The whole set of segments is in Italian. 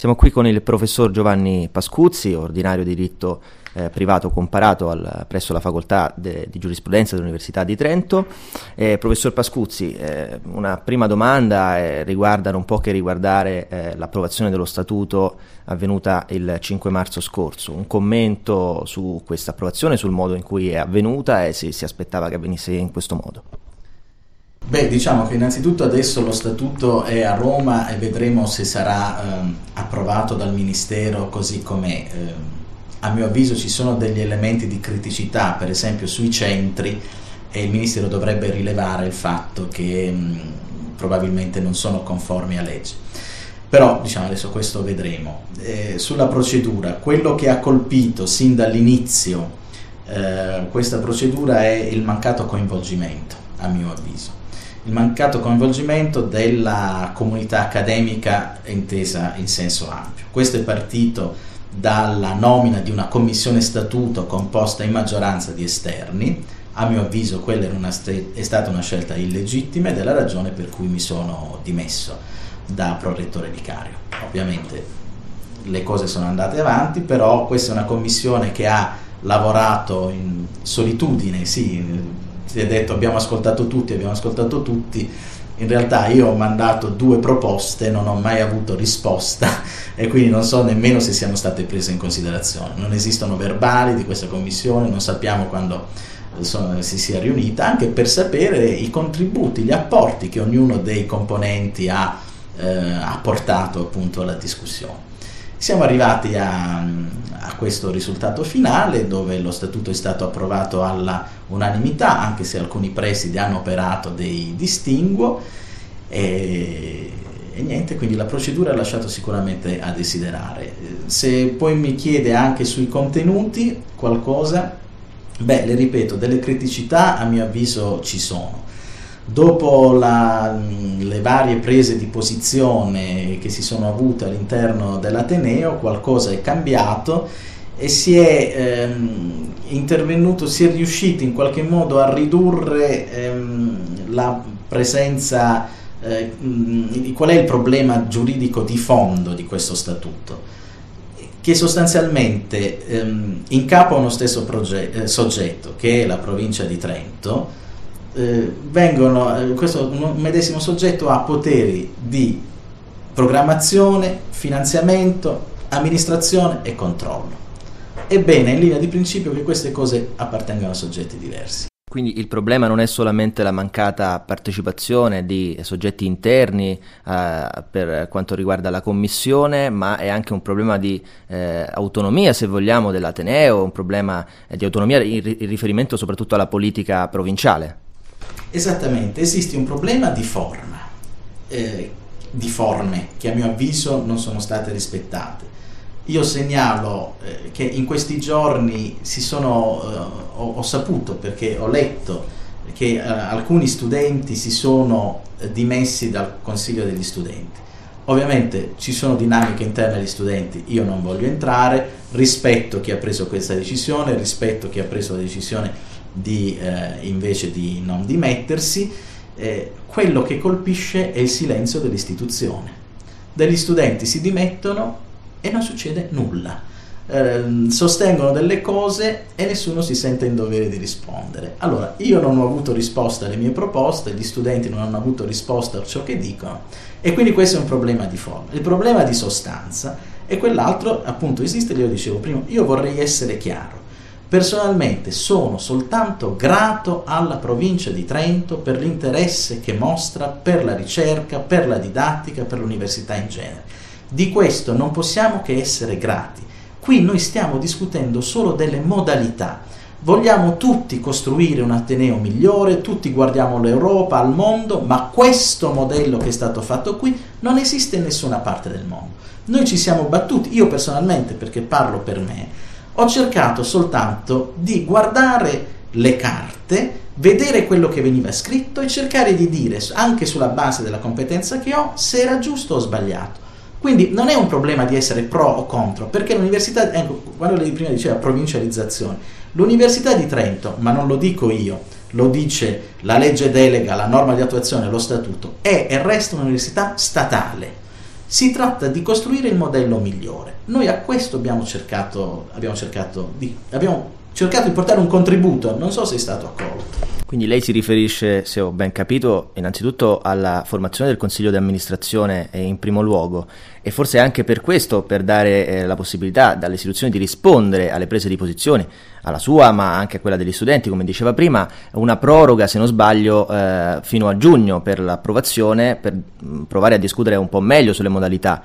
Siamo qui con il professor Giovanni Pascuzzi, ordinario di diritto privato comparato presso la facoltà di giurisprudenza dell'Università di Trento. Professor Pascuzzi, una prima domanda riguarda un po' l'approvazione dello statuto avvenuta il 5 marzo scorso. Un commento su questa approvazione, sul modo in cui è avvenuta e se si aspettava che avvenisse in questo modo. Beh, diciamo che innanzitutto adesso lo statuto è a Roma e vedremo se sarà approvato dal Ministero così com'è. A mio avviso ci sono degli elementi di criticità, per esempio sui centri, e il Ministero dovrebbe rilevare il fatto che probabilmente non sono conformi a legge. Però diciamo adesso questo vedremo. Sulla procedura, quello che ha colpito sin dall'inizio questa procedura è il mancato coinvolgimento, a mio avviso. Il mancato coinvolgimento della comunità accademica intesa in senso ampio. Questo è partito dalla nomina di una commissione statuto composta in maggioranza di esterni. A mio avviso quella è stata una scelta illegittima ed è la ragione per cui mi sono dimesso da prorettore vicario. Ovviamente le cose sono andate avanti, però questa è una commissione che ha lavorato in solitudine, sì. Si è detto abbiamo ascoltato tutti, in realtà io ho mandato 2 proposte, non ho mai avuto risposta e quindi non so nemmeno se siano state prese in considerazione. Non esistono verbali di questa commissione, non sappiamo quando si sia riunita, anche per sapere i contributi, gli apporti che ognuno dei componenti ha portato appunto alla discussione. Siamo arrivati a questo risultato finale dove lo statuto è stato approvato alla unanimità, anche se alcuni presidi hanno operato dei distinguo e niente, quindi la procedura ha lasciato sicuramente a desiderare. Se poi mi chiede anche sui contenuti qualcosa, le ripeto, delle criticità a mio avviso ci sono. Dopo le varie prese di posizione che si sono avute all'interno dell'Ateneo, qualcosa è cambiato e si è intervenuto, si è riusciti in qualche modo a ridurre la presenza. Qual è il problema giuridico di fondo di questo statuto? Che sostanzialmente in capo a uno stesso soggetto, che è la provincia di Trento, questo medesimo soggetto ha poteri di programmazione, finanziamento, amministrazione e controllo. Ebbene, in linea di principio che queste cose appartengono a soggetti diversi. Quindi il problema non è solamente la mancata partecipazione di soggetti interni per quanto riguarda la commissione, ma è anche un problema di autonomia, se vogliamo, dell'Ateneo, un problema di autonomia in riferimento soprattutto alla politica provinciale. Esattamente, esiste un problema di forma, di forme che a mio avviso non sono state rispettate. Io segnalo che in questi giorni ho saputo, perché ho letto, che alcuni studenti si sono dimessi dal Consiglio degli studenti. Ovviamente ci sono dinamiche interne agli studenti, io non voglio entrare, rispetto chi ha preso questa decisione, rispetto chi ha preso la decisione invece di non dimettersi. Quello che colpisce è il silenzio dell'istituzione. Degli studenti si dimettono e non succede nulla, sostengono delle cose e nessuno si sente in dovere di rispondere. Allora, io non ho avuto risposta alle mie proposte, gli studenti non hanno avuto risposta a ciò che dicono e quindi questo è un problema di forma. Il problema di sostanza è quell'altro, appunto esiste, io dicevo prima, io vorrei essere chiaro. Personalmente sono soltanto grato alla provincia di Trento per l'interesse che mostra per la ricerca, per la didattica, per l'università in genere. Di questo non possiamo che essere grati. Qui noi stiamo discutendo solo delle modalità. Vogliamo tutti costruire un Ateneo migliore, tutti guardiamo l'Europa, al mondo, ma questo modello che è stato fatto qui non esiste in nessuna parte del mondo. Noi ci siamo battuti, io personalmente, perché parlo per me, ho cercato soltanto di guardare le carte, vedere quello che veniva scritto e cercare di dire, anche sulla base della competenza che ho, se era giusto o sbagliato. Quindi non è un problema di essere pro o contro, perché l'università, quando lei prima diceva provincializzazione, l'Università di Trento, ma non lo dico io, lo dice la legge delega, la norma di attuazione, lo statuto, è e resta un'università statale. Si tratta di costruire il modello migliore. Noi a questo abbiamo cercato di portare un contributo, non so se è stato accolto. Quindi lei si riferisce, se ho ben capito, innanzitutto alla formazione del Consiglio di amministrazione in primo luogo, e forse anche per questo, per dare la possibilità dalle istituzioni di rispondere alle prese di posizione, alla sua ma anche a quella degli studenti, come diceva prima, una proroga, se non sbaglio, fino a giugno per l'approvazione, per provare a discutere un po' meglio sulle modalità.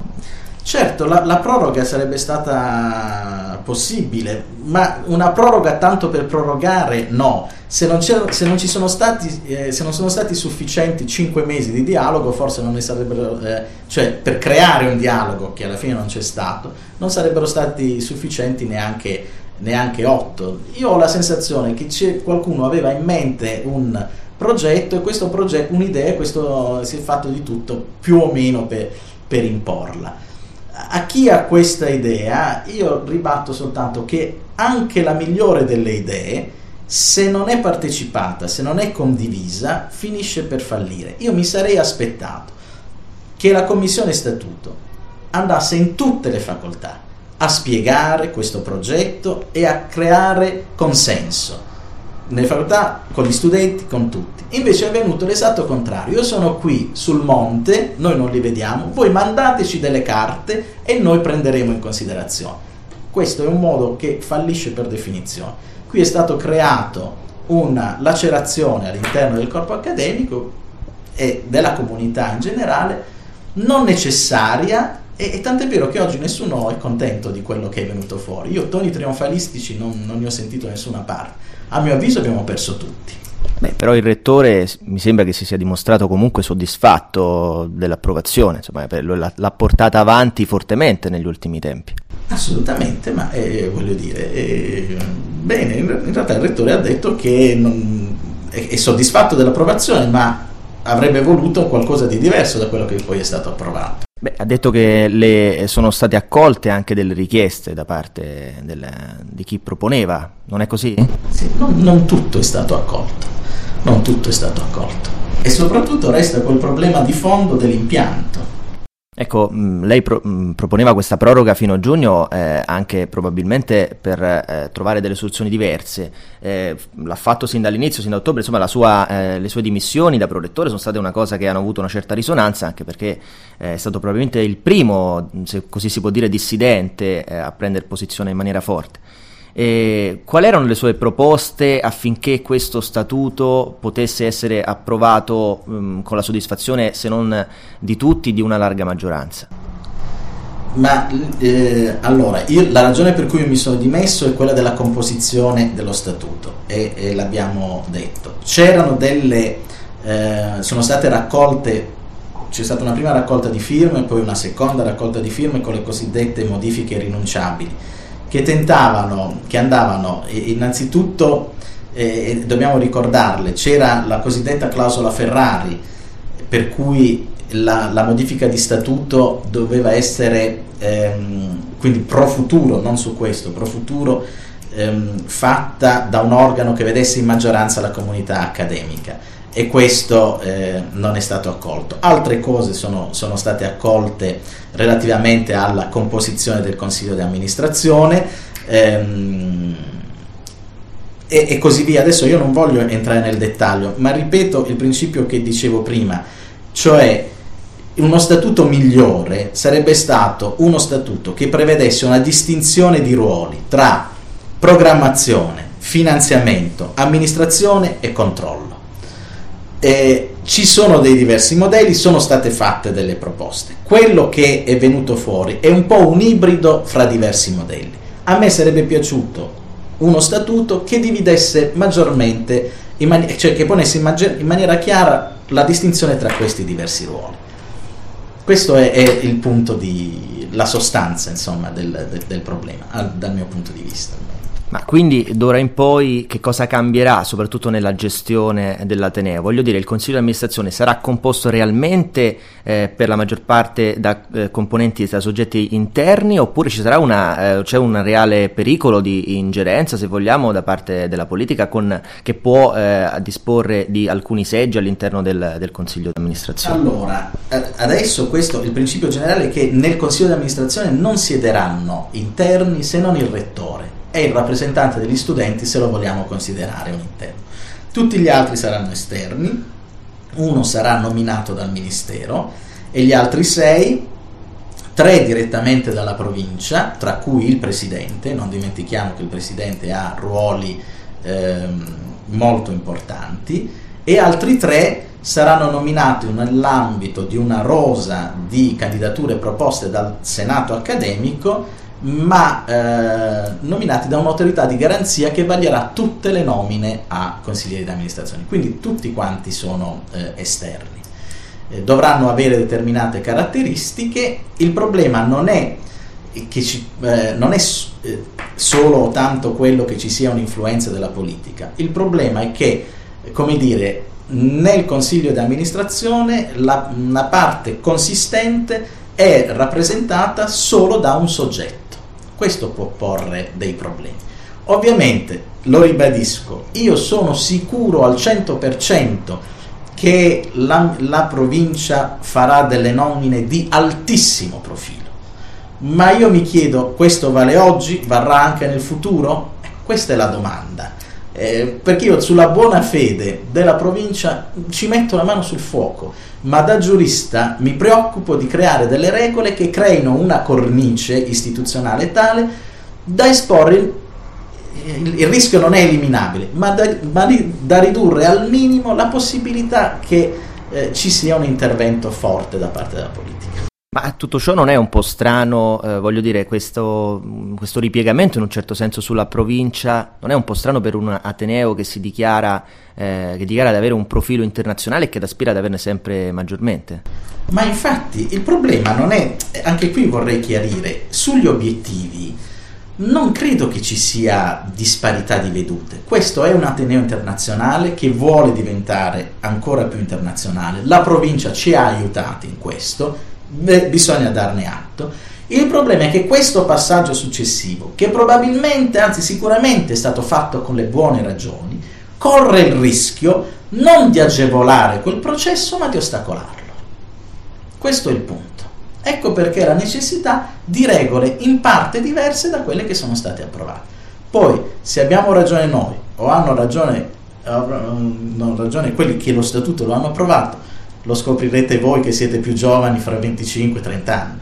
Certo, la proroga sarebbe stata possibile, ma una proroga tanto per prorogare no. Se non sono stati sufficienti 5 mesi di dialogo, forse non ne sarebbero, cioè per creare un dialogo che alla fine non c'è stato, non sarebbero stati sufficienti neanche 8. Io ho la sensazione che qualcuno aveva in mente un progetto, e questo progetto, un'idea, e questo si è fatto di tutto più o meno per imporla. A chi ha questa idea io ribatto soltanto che anche la migliore delle idee, se non è partecipata, se non è condivisa, finisce per fallire. Io mi sarei aspettato che la Commissione Statuto andasse in tutte le facoltà a spiegare questo progetto e a creare consenso nelle facoltà, con gli studenti, con tutti. Invece è avvenuto l'esatto contrario. Io sono qui sul monte, noi non li vediamo, voi mandateci delle carte e noi prenderemo in considerazione. Questo è un modo che fallisce per definizione. Qui è stato creato una lacerazione all'interno del corpo accademico e della comunità in generale, non necessaria, e tant'è vero che oggi nessuno è contento di quello che è venuto fuori. Io toni trionfalistici non ne ho sentito da nessuna parte. A mio avviso abbiamo perso tutti. Beh, però il rettore mi sembra che si sia dimostrato comunque soddisfatto dell'approvazione, insomma, l'ha portata avanti fortemente negli ultimi tempi. Assolutamente, ma voglio dire, bene, in realtà il rettore ha detto che è soddisfatto dell'approvazione, ma avrebbe voluto qualcosa di diverso da quello che poi è stato approvato. Beh, ha detto che le sono state accolte anche delle richieste da parte di chi proponeva, non è così? Sì, non tutto è stato accolto, non tutto è stato accolto. E soprattutto resta quel problema di fondo dell'impianto. Ecco, lei proponeva questa proroga fino a giugno anche probabilmente per trovare delle soluzioni diverse. L'ha fatto sin dall'inizio, sin da ottobre, insomma le sue dimissioni da prorettore sono state una cosa che hanno avuto una certa risonanza, anche perché è stato probabilmente il primo, se così si può dire, dissidente a prendere posizione in maniera forte. Quali erano le sue proposte affinché questo statuto potesse essere approvato con la soddisfazione, se non di tutti, di una larga maggioranza? Ma allora, la ragione per cui io mi sono dimesso è quella della composizione dello statuto, e l'abbiamo detto. Sono state raccolte, c'è stata una prima raccolta di firme, poi una seconda raccolta di firme con le cosiddette modifiche irrinunciabili, che andavano innanzitutto, dobbiamo ricordarle, c'era la cosiddetta clausola Ferrari, per cui la modifica di statuto doveva essere quindi pro futuro, non su questo, pro futuro, fatta da un organo che vedesse in maggioranza la comunità accademica, e questo non è stato accolto. Altre cose sono state accolte relativamente alla composizione del consiglio di amministrazione e così via. Adesso io non voglio entrare nel dettaglio, ma ripeto il principio che dicevo prima, cioè uno statuto migliore sarebbe stato uno statuto che prevedesse una distinzione di ruoli tra programmazione, finanziamento, amministrazione e controllo. Ci sono dei diversi modelli, sono state fatte delle proposte. Quello che è venuto fuori è un po' un ibrido fra diversi modelli. A me sarebbe piaciuto uno statuto che dividesse maggiormente, cioè che ponesse in maniera chiara la distinzione tra questi diversi ruoli. Questo è il punto la sostanza, insomma, del problema, dal mio punto di vista. Ma quindi d'ora in poi che cosa cambierà, soprattutto nella gestione dell'Ateneo? Voglio dire, il Consiglio di amministrazione sarà composto realmente per la maggior parte da componenti, da soggetti interni, oppure ci sarà c'è un reale pericolo di ingerenza, se vogliamo, da parte della politica che può disporre di alcuni seggi all'interno del Consiglio di amministrazione? Allora, adesso il principio generale è che nel Consiglio di amministrazione non siederanno interni se non il rettore e il rappresentante degli studenti, se lo vogliamo considerare un interno. Tutti gli altri saranno esterni, uno sarà nominato dal Ministero e gli altri 6, 3 direttamente dalla provincia, tra cui il Presidente. Non dimentichiamo che il Presidente ha ruoli molto importanti, e altri 3 saranno nominati nell'ambito di una rosa di candidature proposte dal Senato accademico, ma nominati da un'autorità di garanzia che vaglierà tutte le nomine a consiglieri di amministrazione. Quindi tutti quanti sono esterni. Dovranno avere determinate caratteristiche. Il problema non è solo o tanto quello che ci sia un'influenza della politica. Il problema è che, come dire, nel consiglio di amministrazione una parte consistente è rappresentata solo da un soggetto. Questo può porre dei problemi. Ovviamente, lo ribadisco, io sono sicuro al 100% che la provincia farà delle nomine di altissimo profilo, ma io mi chiedo, questo vale oggi? Varrà anche nel futuro? Questa è la domanda. Perché io sulla buona fede della provincia ci metto la mano sul fuoco, ma da giurista mi preoccupo di creare delle regole che creino una cornice istituzionale tale da esporre il rischio. Non è eliminabile, ma da ridurre al minimo la possibilità che ci sia un intervento forte da parte della politica. Ma tutto ciò non è un po' strano, voglio dire, questo ripiegamento in un certo senso sulla provincia, non è un po' strano per un ateneo che dichiara di avere un profilo internazionale e che aspira ad averne sempre maggiormente? Ma infatti il problema non è, anche qui vorrei chiarire, sugli obiettivi non credo che ci sia disparità di vedute. Questo è un ateneo internazionale che vuole diventare ancora più internazionale, la provincia ci ha aiutati in questo, bisogna darne atto. Il problema è che questo passaggio successivo, che probabilmente, anzi sicuramente è stato fatto con le buone ragioni, corre il rischio non di agevolare quel processo ma di ostacolarlo. Questo è il punto. Ecco perché la necessità di regole in parte diverse da quelle che sono state approvate. Poi, se abbiamo ragione noi o hanno ragione quelli che lo statuto lo hanno approvato, lo scoprirete voi che siete più giovani fra 25-30 anni.